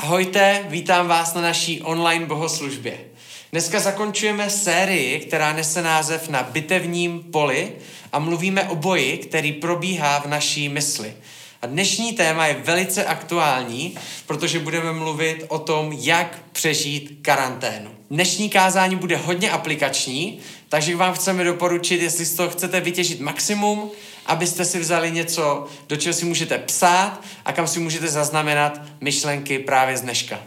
Ahojte, vítám vás na naší online bohoslužbě. Dneska zakončujeme sérii, která nese název Na bitevním poli a mluvíme o boji, který probíhá v naší mysli. A dnešní téma je velice aktuální, protože budeme mluvit o tom, jak přežít karanténu. Dnešní kázání bude hodně aplikační, takže vám chceme doporučit, jestli z toho chcete vytěžit maximum, abyste si vzali něco, do čeho si můžete psát a kam si můžete zaznamenat myšlenky právě z dneška.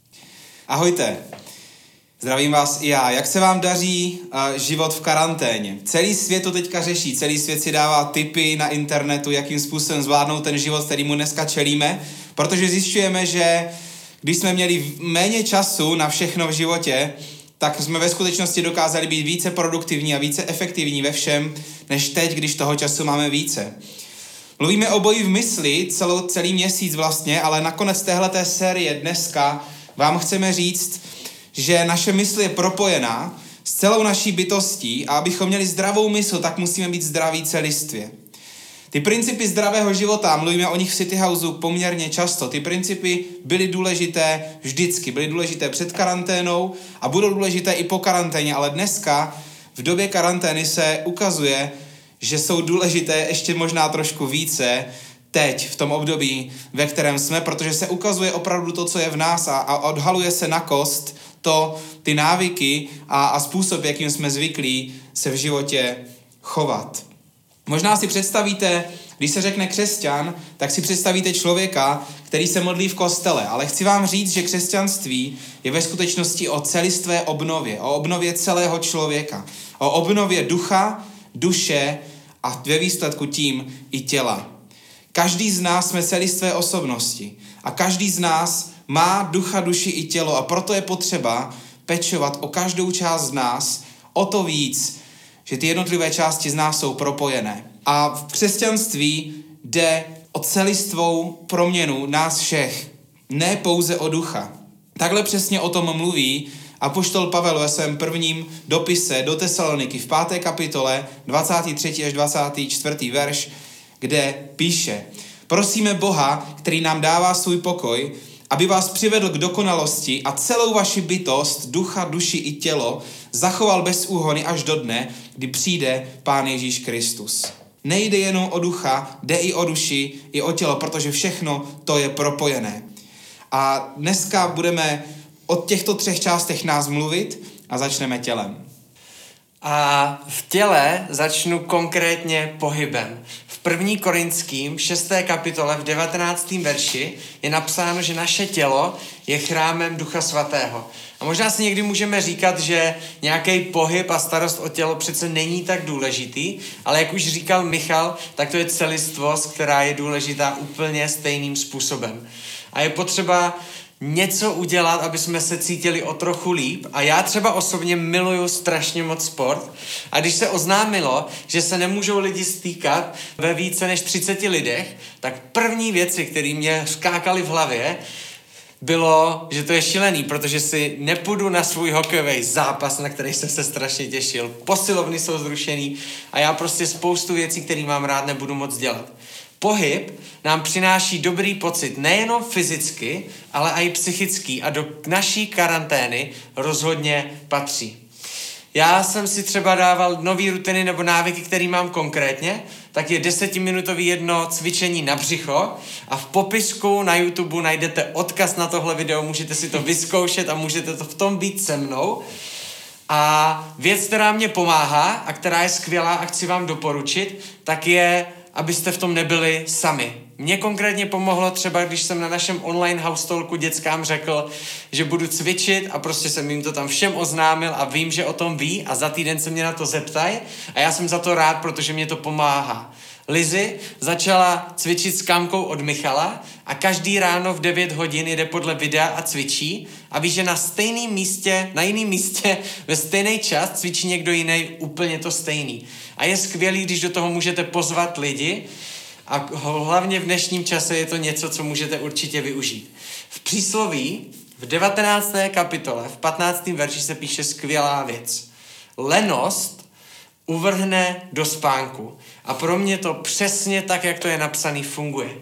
Ahojte, zdravím vás i já. Jak se vám daří život v karanténě? Celý svět to teďka řeší, celý svět si dává tipy na internetu, jakým způsobem zvládnout ten život, kterýmu dneska čelíme, protože zjišťujeme, že když jsme měli méně času na všechno v životě, tak jsme ve skutečnosti dokázali být více produktivní a více efektivní ve všem, než teď, když toho času máme více. Mluvíme o boji v mysli celý měsíc vlastně, ale nakonec téhleté série dneska vám chceme říct, že naše mysl je propojená s celou naší bytostí a abychom měli zdravou mysl, tak musíme být zdraví celistvě. Ty principy zdravého života, mluvíme o nich v City Houseu poměrně často, ty principy byly důležité vždycky, byly důležité před karanténou a budou důležité i po karanténě, ale dneska v době karantény se ukazuje, že jsou důležité ještě možná trošku více teď, v tom období, ve kterém jsme, protože se ukazuje opravdu to, co je v nás a odhaluje se na kost ty návyky a způsob, jakým jsme zvyklí se v životě chovat. Možná si představíte, když se řekne křesťan, tak si představíte člověka, který se modlí v kostele. Ale chci vám říct, že křesťanství je ve skutečnosti o celistvé obnově, o obnově celého člověka, o obnově ducha, duše a ve výsledku tím i těla. Každý z nás jsme celistvé osobnosti a každý z nás má ducha, duši i tělo a proto je potřeba pečovat o každou část z nás o to víc, že ty jednotlivé části z nás jsou propojené. A v křesťanství jde o celistvou proměnu nás všech, ne pouze o ducha. Takhle přesně o tom mluví apoštol Pavel ve svém prvním dopise do Tesaloniky v 5. kapitole 23. až 24. verš, kde píše: Prosíme Boha, který nám dává svůj pokoj, aby vás přivedl k dokonalosti a celou vaši bytost, ducha, duši i tělo zachoval bez úhony až do dne, kdy přijde Pán Ježíš Kristus. Nejde jenom o ducha, jde i o duši, i o tělo, protože všechno to je propojené. A dneska budeme o těchto 3 částech nás mluvit a začneme tělem. A v těle začnu konkrétně pohybem. V 1. Korinským 6. kapitole v 19. verši je napsáno, že naše tělo je chrámem Ducha Svatého. A možná si někdy můžeme říkat, že nějaký pohyb a starost o tělo přece není tak důležitý, ale jak už říkal Michal, tak to je celistvost, která je důležitá úplně stejným způsobem. A je potřeba něco udělat, aby jsme se cítili o trochu líp. A já třeba osobně miluju strašně moc sport. A když se oznámilo, že se nemůžou lidi stýkat ve více než 30 lidech, tak první věci, které mě skákaly v hlavě, bylo, že to je šílený, protože si nepůjdu na svůj hokejový zápas, na který jsem se strašně těšil. Posilovny jsou zrušený a já prostě spoustu věcí, které mám rád, nebudu moc dělat. Pohyb nám přináší dobrý pocit nejenom fyzicky, ale i psychický a do naší karantény rozhodně patří. Já jsem si třeba dával nový rutiny nebo návyky, které mám konkrétně, tak je 10-minutový jedno cvičení na břicho a v popisku na YouTube najdete odkaz na tohle video, můžete si to vyzkoušet a můžete to v tom být se mnou. A věc, která mě pomáhá a která je skvělá a chci vám doporučit, tak je, abyste v tom nebyli sami. Mně konkrétně pomohlo třeba, když jsem na našem online house talku dětskám řekl, že budu cvičit a prostě jsem jim to tam všem oznámil a vím, že o tom ví a za týden se mě na to zeptají a já jsem za to rád, protože mě to pomáhá. Lizy začala cvičit s kámkou od Michala a každý ráno v 9 hodin jde podle videa a cvičí a ví, že na stejném místě, na jiném místě ve stejný čas cvičí někdo jiný úplně to stejný. A je skvělý, když do toho můžete pozvat lidi a hlavně v dnešním čase je to něco, co můžete určitě využít. V přísloví v 19. kapitole v 15. verši se píše skvělá věc. Lenost uvrhne do spánku. A pro mě to přesně tak, jak to je napsaný, funguje.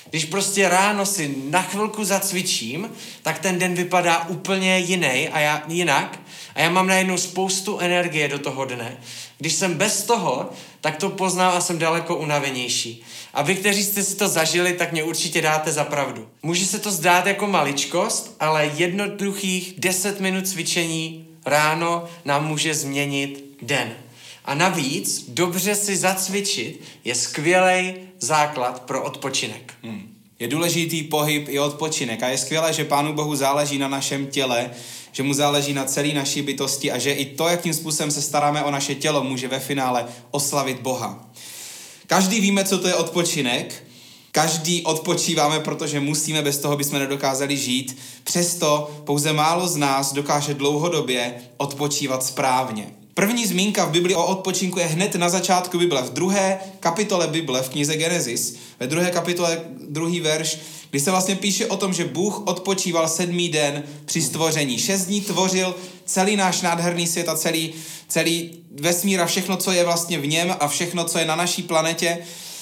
Když prostě ráno si na chvilku zacvičím, tak ten den vypadá úplně jinak a já mám najednou spoustu energie do toho dne. Když jsem bez toho, tak to poznám a jsem daleko unavenější. A vy, kteří jste si to zažili, tak mě určitě dáte za pravdu. Může se to zdát jako maličkost, ale jednoduchých 10 minut cvičení ráno nám může změnit den. A navíc dobře si zacvičit je skvělý základ pro odpočinek. Je důležitý pohyb i odpočinek a je skvělé, že Pánu Bohu záleží na našem těle, že mu záleží na celé naší bytosti a že i to, jakým způsobem se staráme o naše tělo, může ve finále oslavit Boha. Každý víme, co to je odpočinek, každý odpočíváme, protože musíme, bez toho bychom nedokázali žít, přesto pouze málo z nás dokáže dlouhodobě odpočívat správně. První zmínka v Bibli o odpočinku je hned na začátku Bible, v 2. kapitole Bible, v knize Genesis, ve 2. kapitole 2. verš, kdy se vlastně píše o tom, že Bůh odpočíval 7. den při stvoření. 6 dní tvořil celý náš nádherný svět a celý vesmír a všechno, co je vlastně v něm a všechno, co je na naší planetě.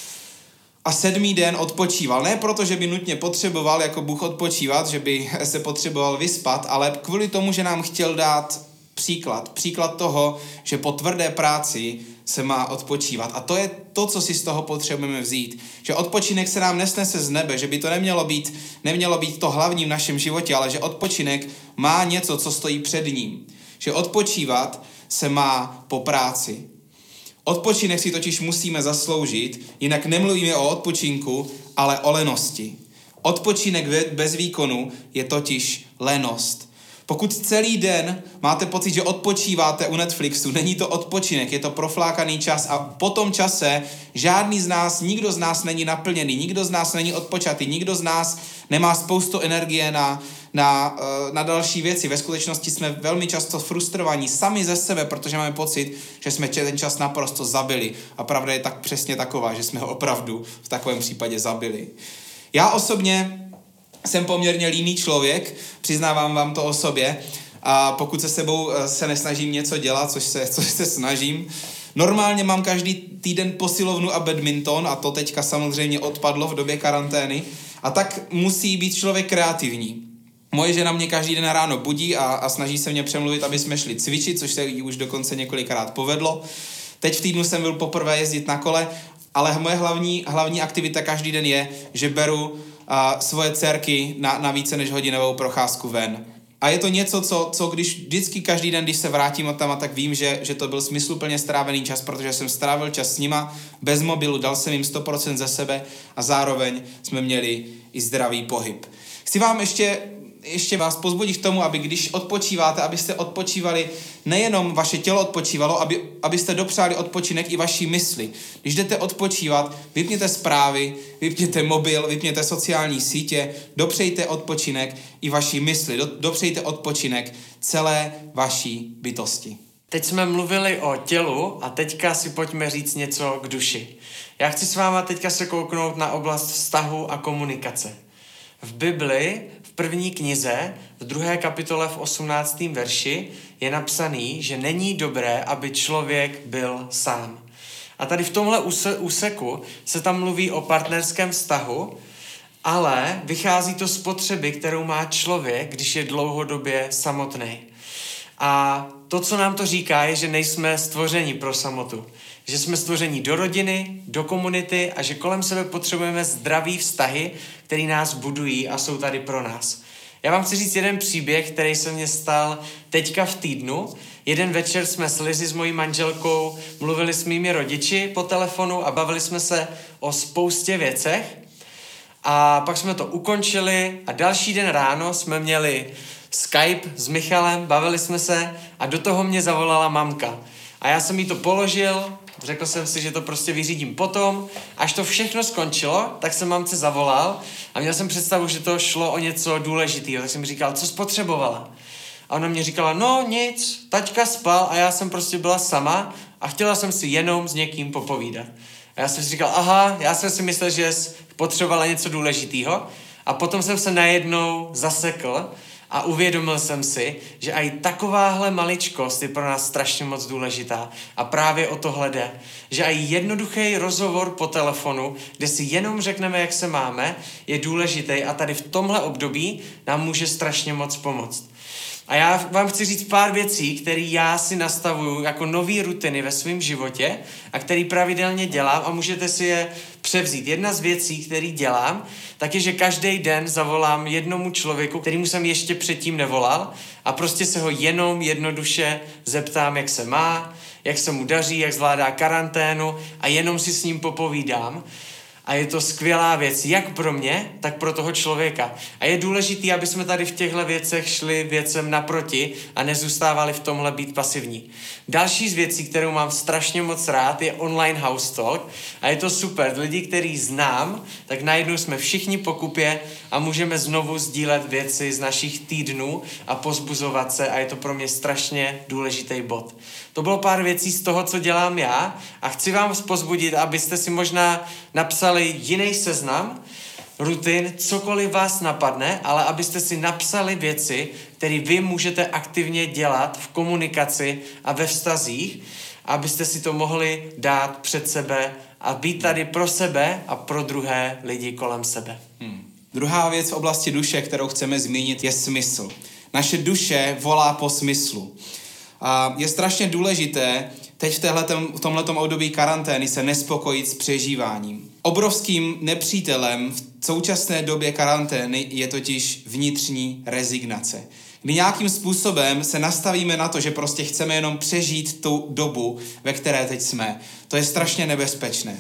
A 7. den odpočíval. Ne proto, že by nutně potřeboval jako Bůh odpočívat, že by se potřeboval vyspat, ale kvůli tomu, že nám chtěl dát příklad toho, že po tvrdé práci se má odpočívat. A to je to, co si z toho potřebujeme vzít. Že odpočinek se nám nesnese z nebe, že by to nemělo být to hlavní v našem životě, ale že odpočinek má něco, co stojí před ním. Že odpočívat se má po práci. Odpočinek si totiž musíme zasloužit, jinak nemluvíme o odpočinku, ale o lenosti. Odpočinek bez výkonu je totiž lenost. Pokud celý den máte pocit, že odpočíváte u Netflixu, není to odpočinek, je to proflákaný čas a po tom čase nikdo z nás není naplněný, nikdo z nás není odpočatý, nikdo z nás nemá spoustu energie na další věci. Ve skutečnosti jsme velmi často frustrovaní sami ze sebe, protože máme pocit, že jsme ten čas naprosto zabili. A pravda je tak přesně taková, že jsme ho opravdu v takovém případě zabili. Já osobně jsem poměrně líný člověk, přiznávám vám to o sobě, a pokud se sebou se nesnažím něco dělat, což se snažím. Normálně mám každý týden posilovnu a badminton a to teďka samozřejmě odpadlo v době karantény a tak musí být člověk kreativní. Moje žena mě každý den ráno budí a snaží se mě přemluvit, aby jsme šli cvičit, což se jí už dokonce několikrát povedlo. Teď v týdnu jsem byl poprvé jezdit na kole, ale moje hlavní aktivita každý den je, že beru svoje dcerky na více než hodinovou procházku ven. A je to něco, co když vždycky každý den, když se vrátím od tam, tak vím, že to byl smysluplně strávený čas, protože jsem strávil čas s nima, bez mobilu, dal jsem jim 100% ze sebe a zároveň jsme měli i zdravý pohyb. Chci vám ještě vás pozbudit k tomu, aby když odpočíváte, abyste odpočívali, nejenom vaše tělo odpočívalo, abyste dopřáli odpočinek i vaší mysli. Když jdete odpočívat, vypněte zprávy, vypněte mobil, vypněte sociální sítě, dopřejte odpočinek i vaší mysli, dopřejte odpočinek celé vaší bytosti. Teď jsme mluvili o tělu a teďka si pojďme říct něco k duši. Já chci s váma teďka se kouknout na oblast vztahu a komunikace. V Bibli, v 1. knize, v 2. kapitole v 18. verši je napsaný, že není dobré, aby člověk byl sám. A tady v tomhle úseku se tam mluví o partnerském vztahu, ale vychází to z potřeby, kterou má člověk, když je dlouhodobě samotný. A to, co nám to říká, je, že nejsme stvoření pro samotu. Že jsme stvoření do rodiny, do komunity a že kolem sebe potřebujeme zdravý vztahy, který nás budují a jsou tady pro nás. Já vám chci říct jeden příběh, který se mně stal teďka v týdnu. Jeden večer jsme s Lizy, s mojí manželkou, mluvili s mými rodiči po telefonu a bavili jsme se o spoustě věcech. A pak jsme to ukončili a další den ráno jsme měli Skype s Michalem, bavili jsme se a do toho mě zavolala mamka. A já jsem jí to položil, řekl jsem si, že to prostě vyřídím potom. Až to všechno skončilo, tak jsem mamce zavolal a měl jsem představu, že to šlo o něco důležitého. Tak jsem mi říkal, co spotřebovala? A ona mě říkala, no nic, taťka spal a já jsem prostě byla sama a chtěla jsem si jenom s někým popovídat. A já jsem si říkal, aha, já jsem si myslel, že jsi potřebovala něco důležitého. A potom jsem se najednou zasekl A uvědomil jsem si, že i takováhle maličkost je pro nás strašně moc důležitá. A právě o tohle jde. Že i jednoduchý rozhovor po telefonu, kde si jenom řekneme, jak se máme, je důležitý a tady v tomhle období nám může strašně moc pomoct. A já vám chci říct pár věcí, které já si nastavuju jako nový rutiny ve svém životě a který pravidelně dělám a můžete si je převzít. Jedna z věcí, které dělám, tak je, že každý den zavolám jednomu člověku, kterýmu jsem ještě předtím nevolal a prostě se ho jenom jednoduše zeptám, jak se má, jak se mu daří, jak zvládá karanténu a jenom si s ním popovídám. A je to skvělá věc, jak pro mě, tak pro toho člověka. A je důležité, aby jsme tady v těchto věcech šli věcem naproti a nezůstávali v tomhle být pasivní. Další z věcí, kterou mám strašně moc rád, je online house talk. A je to super. Lidi, který znám, tak najednou jsme všichni po kupě a můžeme znovu sdílet věci z našich týdnů a pozbuzovat se a je to pro mě strašně důležitý bod. To bylo pár věcí z toho, co dělám já a chci vám pozbudit, abyste si možná napsali jiný seznam rutin, cokoliv vás napadne, ale abyste si napsali věci, které vy můžete aktivně dělat v komunikaci a ve vztazích, abyste si to mohli dát před sebe a být tady pro sebe a pro druhé lidi kolem sebe. Druhá věc v oblasti duše, kterou chceme zmínit, je smysl. Naše duše volá po smyslu. A je strašně důležité teď v tomhletom období karantény se nespokojit s přežíváním. Obrovským nepřítelem v současné době karantény je totiž vnitřní rezignace. Kdy nějakým způsobem se nastavíme na to, že prostě chceme jenom přežít tu dobu, ve které teď jsme. To je strašně nebezpečné.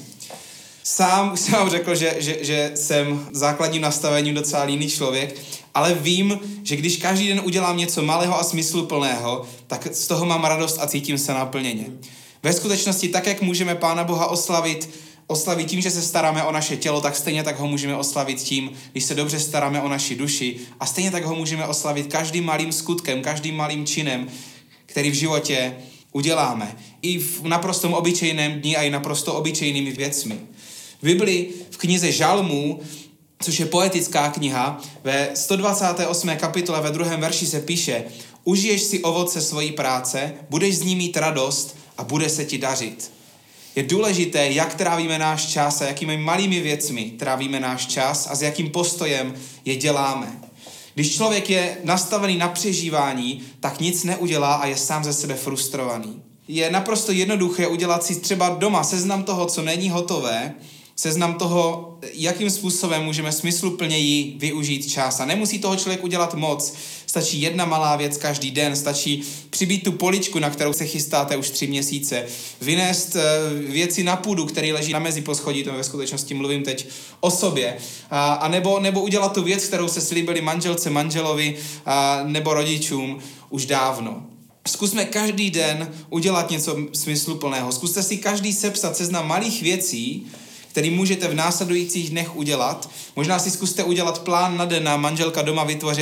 Sám už jsem vám řekl, že jsem základním nastavením docela líný člověk, ale vím, že když každý den udělám něco malého a smysluplného, tak z toho mám radost a cítím se naplněně. Ve skutečnosti, tak jak můžeme Pána Boha oslavit tím, že se staráme o naše tělo, tak stejně tak ho můžeme oslavit tím, když se dobře staráme o naši duši a stejně tak ho můžeme oslavit každým malým skutkem, každým malým činem, který v životě uděláme. I v naprosto obyčejném dni a i naprosto obyčejnými věcmi. V Bibli v knize Žalmů, což je poetická kniha, ve 128. kapitole ve 2. verši se píše: Užiješ si ovoce svojí práce, budeš z ní mít radost a bude se ti dařit. Je důležité, jak trávíme náš čas a jakými malými věcmi trávíme náš čas a s jakým postojem je děláme. Když člověk je nastavený na přežívání, tak nic neudělá a je sám ze sebe frustrovaný. Je naprosto jednoduché udělat si třeba doma seznam toho, co není hotové, seznam toho, jakým způsobem můžeme smysluplněji využít čas. A nemusí toho člověk udělat moc. Stačí jedna malá věc každý den, stačí přibít tu poličku, na kterou se chystáte už 3 měsíce, vynést věci na půdu, který leží na mezi poschodí, to ve skutečnosti mluvím teď o sobě, a nebo udělat tu věc, kterou se slíbili manželce, manželovi nebo rodičům už dávno. Zkusme každý den udělat něco smysluplného. Zkuste si každý sepsat seznam malých věcí, který můžete v následujících dnech udělat. Možná si zkuste udělat plán na den. Manželka doma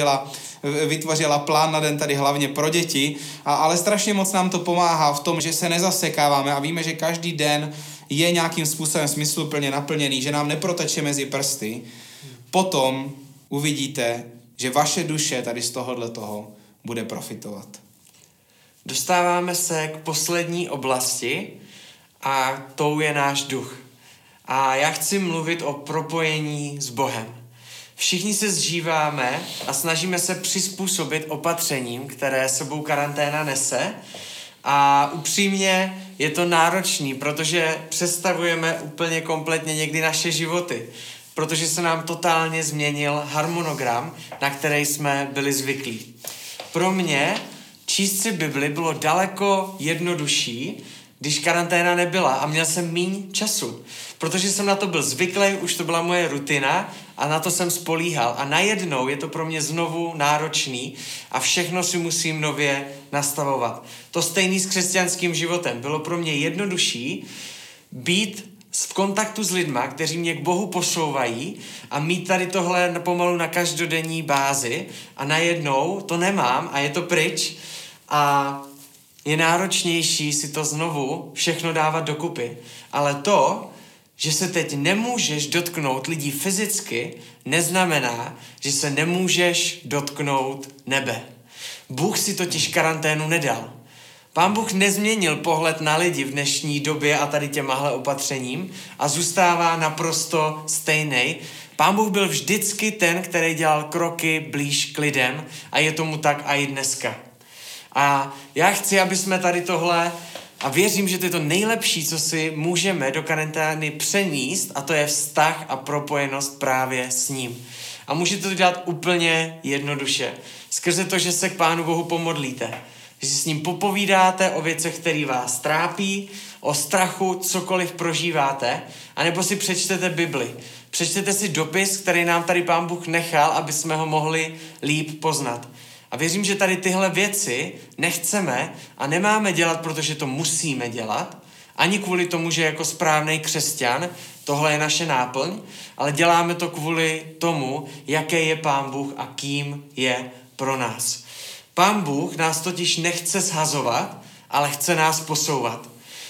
vytvořila plán na den tady hlavně pro děti, ale strašně moc nám to pomáhá v tom, že se nezasekáváme a víme, že každý den je nějakým způsobem smysluplně naplněný, že nám neproteče mezi prsty. Potom uvidíte, že vaše duše tady z tohoto bude profitovat. Dostáváme se k poslední oblasti a tou je náš duch. A já chci mluvit o propojení s Bohem. Všichni se zžíváme a snažíme se přizpůsobit opatřením, které sebou karanténa nese. A upřímně je to náročný, protože přestavujeme úplně kompletně někdy naše životy. Protože se nám totálně změnil harmonogram, na který jsme byli zvyklí. Pro mě číst si Bibli bylo daleko jednodušší, když karanténa nebyla a měl jsem míň času. Protože jsem na to byl zvyklý, už to byla moje rutina a na to jsem spolíhal. A najednou je to pro mě znovu náročný a všechno si musím nově nastavovat. To stejný s křesťanským životem. Bylo pro mě jednodušší být v kontaktu s lidma, kteří mě k Bohu posouvají a mít tady tohle pomalu na každodenní bázi a najednou to nemám a je to pryč a je náročnější si to znovu všechno dávat dokupy. Ale to Že se teď nemůžeš dotknout lidí fyzicky, neznamená, že se nemůžeš dotknout nebe. Bůh si totiž karanténu nedal. Pán Bůh nezměnil pohled na lidi v dnešní době a tady těmahle opatřením a zůstává naprosto stejný. Pán Bůh byl vždycky ten, který dělal kroky blíž k lidem a je tomu tak a i dneska. A já chci, aby jsme tady tohle, a věřím, že to je to nejlepší, co si můžeme do karantény přenést, a to je vztah a propojenost právě s ním. A můžete to dělat úplně jednoduše. Skrze to, že se k Pánu Bohu pomodlíte. Že si s ním popovídáte o věcech, které vás trápí, o strachu, cokoliv prožíváte, anebo si přečtete Bibli. Přečtete si dopis, který nám tady Pán Bůh nechal, aby jsme ho mohli líp poznat. A věřím, že tady tyhle věci nechceme a nemáme dělat, protože to musíme dělat, ani kvůli tomu, že jako správný křesťan tohle je naše náplň, ale děláme to kvůli tomu, jaký je Pán Bůh a kým je pro nás. Pán Bůh nás totiž nechce shazovat, ale chce nás posouvat.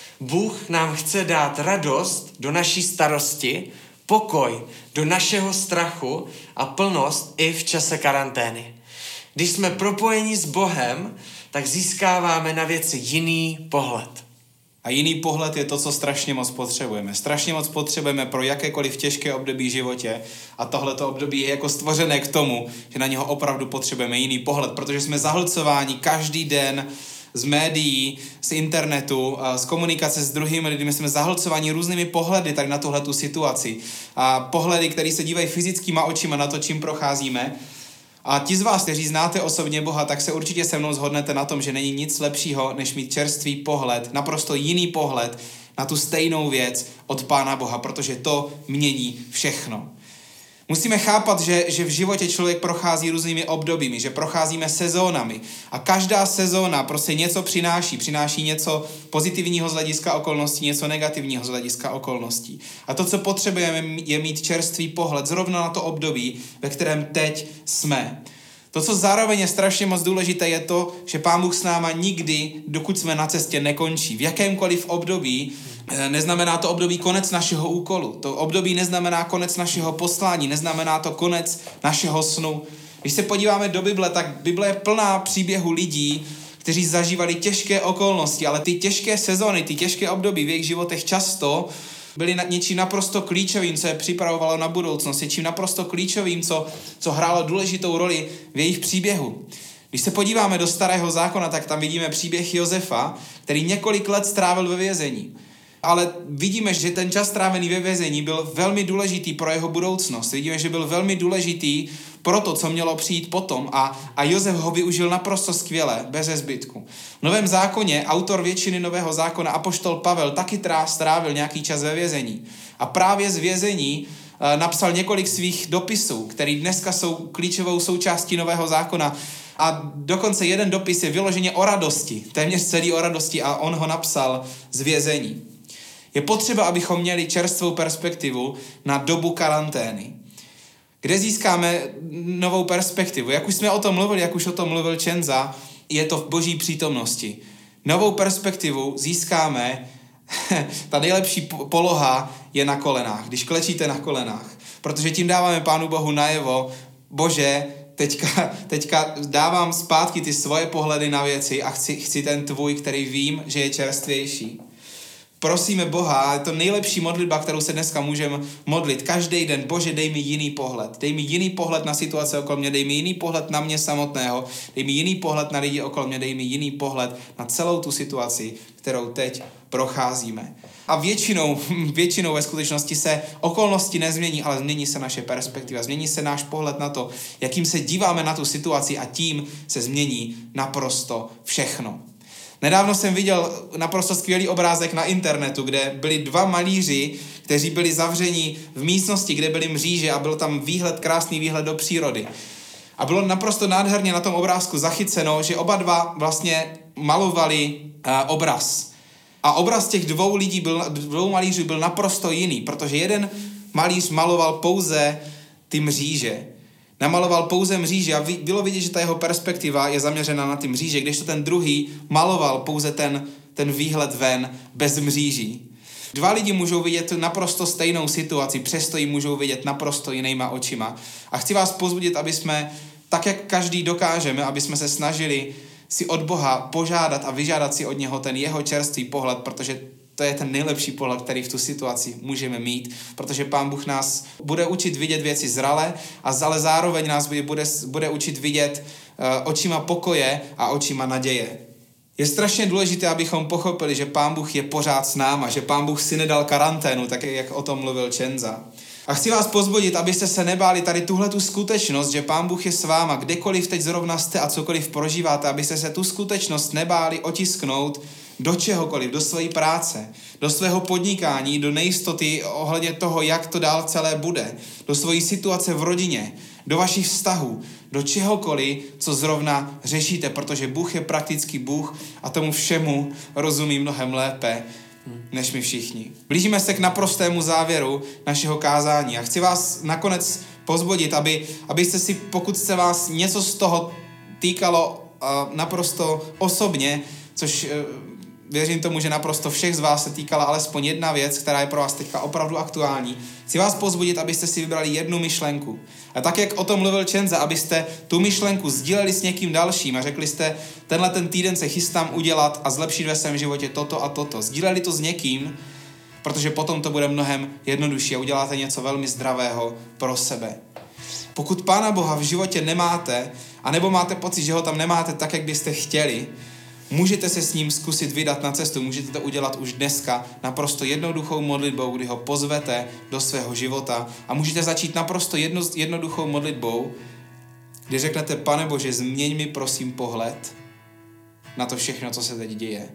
Bůh nám chce dát radost do naší starosti, pokoj do našeho strachu a plnost i v čase karantény. Když jsme propojeni s Bohem, tak získáváme na věci jiný pohled. A jiný pohled je to, co strašně moc potřebujeme. Strašně moc potřebujeme pro jakékoliv těžké období v životě. A tohleto období je jako stvořené k tomu, že na něho opravdu potřebujeme jiný pohled, protože jsme zahlcováni každý den z médií, z internetu, z komunikace s druhými lidmi, jsme zahlcováni různými pohledy tady na tuhletu situaci. A pohledy, které se dívají fyzickýma očima na to, čím procházíme. A ti z vás, kteří znáte osobně Boha, tak se určitě se mnou shodnete na tom, že není nic lepšího, než mít čerstvý pohled, naprosto jiný pohled na tu stejnou věc od Pána Boha, protože to mění všechno. Musíme chápat, že v životě člověk prochází různými obdobími, že procházíme sezónami a každá sezóna prostě něco přináší něco pozitivního z hlediska okolností, něco negativního z hlediska okolností. A to, co potřebujeme, je mít čerstvý pohled zrovna na to období, ve kterém teď jsme. To, co zároveň je strašně moc důležité, je to, že Pán Bůh s náma nikdy, dokud jsme na cestě, nekončí. V jakémkoliv období neznamená to období konec našeho úkolu. To období neznamená konec našeho poslání, neznamená to konec našeho snu. Když se podíváme do Bible, tak Bible je plná příběhů lidí, kteří zažívali těžké okolnosti, ale ty těžké sezony, ty těžké období v jejich životech často byli něčím naprosto klíčovým, co je připravovalo na budoucnost, něčím naprosto klíčovým, co hrálo důležitou roli v jejich příběhu. Když se podíváme do Starého zákona, tak tam vidíme příběh Josefa, který několik let strávil ve vězení. Ale vidíme, že ten čas strávený ve vězení byl velmi důležitý pro jeho budoucnost. Vidíme, že byl velmi důležitý pro to, co mělo přijít potom. A Josef ho využil naprosto skvěle, bez zbytku. V Novém zákoně autor většiny Nového zákona, apoštol Pavel, taky strávil nějaký čas ve vězení. A právě z vězení napsal několik svých dopisů, které dneska jsou klíčovou součástí Nového zákona. A dokonce jeden dopis je vyloženě o radosti, téměř celý o radosti, a on ho napsal z vězení. Je potřeba, abychom měli čerstvou perspektivu na dobu karantény. Kde získáme novou perspektivu? Jak už jsme o tom mluvili, jak už o tom mluvil Čenza, je to v Boží přítomnosti. Novou perspektivu získáme, ta nejlepší poloha je na kolenách, když klečíte na kolenách. Protože tím dáváme Pánu Bohu najevo, Bože, teďka dávám zpátky ty svoje pohledy na věci a chci ten tvůj, který vím, že je čerstvější. Prosíme Boha, je to nejlepší modlitba, kterou se dneska můžeme modlit. Každý den, Bože, dej mi jiný pohled. Dej mi jiný pohled na situace okolo mě, dej mi jiný pohled na mě samotného, dej mi jiný pohled na lidi okolo mě, dej mi jiný pohled na celou tu situaci, kterou teď procházíme. A většinou ve skutečnosti se okolnosti nezmění, ale změní se naše perspektiva, změní se náš pohled na to, jakým se díváme na tu situaci, a tím se změní naprosto všechno. Nedávno jsem viděl naprosto skvělý obrázek na internetu, kde byli dva malíři, kteří byli zavřeni v místnosti, kde byly mříže, a byl tam krásný výhled do přírody. A bylo naprosto nádherně na tom obrázku zachyceno, že oba dva vlastně malovali obraz. A obraz těch dvou malířů byl naprosto jiný, protože jeden malíř maloval pouze ty mříže. Namaloval pouze mříže a bylo vidět, že ta jeho perspektiva je zaměřena na ty mříže, kdežto ten druhý maloval pouze ten výhled ven bez mříží. Dva lidi můžou vidět naprosto stejnou situaci, přesto ji můžou vidět naprosto jinýma očima. A chci vás pozbudit, aby jsme, tak jak každý dokážeme, aby jsme se snažili si od Boha požádat a vyžádat si od něho ten jeho čerstvý pohled, protože to je ten nejlepší pohled, který v tu situaci můžeme mít, protože Pán Bůh nás bude učit vidět věci zrale, ale zároveň nás bude učit vidět očima pokoje a očima naděje. Je strašně důležité, abychom pochopili, že Pán Bůh je pořád s náma, že Pán Bůh si nedal karanténu, tak jak o tom mluvil Čenza. A chci vás pozbudit, abyste se nebáli tady tuhletu skutečnost, že Pán Bůh je s váma, kdekoliv teď zrovna jste a cokoliv prožíváte, abyste se tu skutečnost nebáli otisknout do čehokoliv, do své práce, do svého podnikání, do nejistoty ohledně toho, jak to dál celé bude, do svojí situace v rodině, do vašich vztahů, do čehokoliv, co zrovna řešíte, protože Bůh je praktický Bůh a tomu všemu rozumí mnohem lépe než my všichni. Blížíme se k naprostému závěru našeho kázání a chci vás nakonec pozbudit, abyste si, pokud se vás něco z toho týkalo naprosto osobně, což věřím tomu, že naprosto všech z vás se týkala alespoň jedna věc, která je pro vás teďka opravdu aktuální. Chci vás pozbudit, abyste si vybrali jednu myšlenku. A tak, jak o tom mluvil Čenza, abyste tu myšlenku sdíleli s někým dalším a řekli jste, tenhle ten týden se chystám udělat a zlepšit ve svém životě toto a toto. Sdíleli to s někým, protože potom to bude mnohem jednodušší a uděláte něco velmi zdravého pro sebe. Pokud Pána Boha v životě nemáte, anebo máte pocit, že ho tam nemáte tak, jak byste chtěli, můžete se s ním zkusit vydat na cestu, můžete to udělat už dneska naprosto jednoduchou modlitbou, kdy ho pozvete do svého života a můžete začít naprosto jednoduchou modlitbou, kdy řeknete, Pane Bože, změň mi prosím pohled na to všechno, co se teď děje.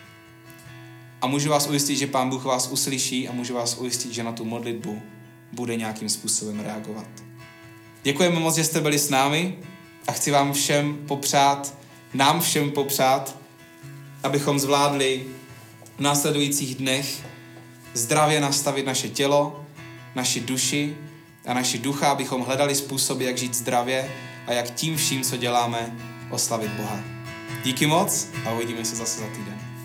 A můžu vás ujistit, že Pán Bůh vás uslyší a můžu vás ujistit, že na tu modlitbu bude nějakým způsobem reagovat. Děkujeme moc, že jste byli s námi a chci vám všem popřát, abychom zvládli v následujících dnech zdravě nastavit naše tělo, naši duši a naši ducha, abychom hledali způsoby, jak žít zdravě a jak tím vším, co děláme, oslavit Boha. Díky moc a uvidíme se zase za týden.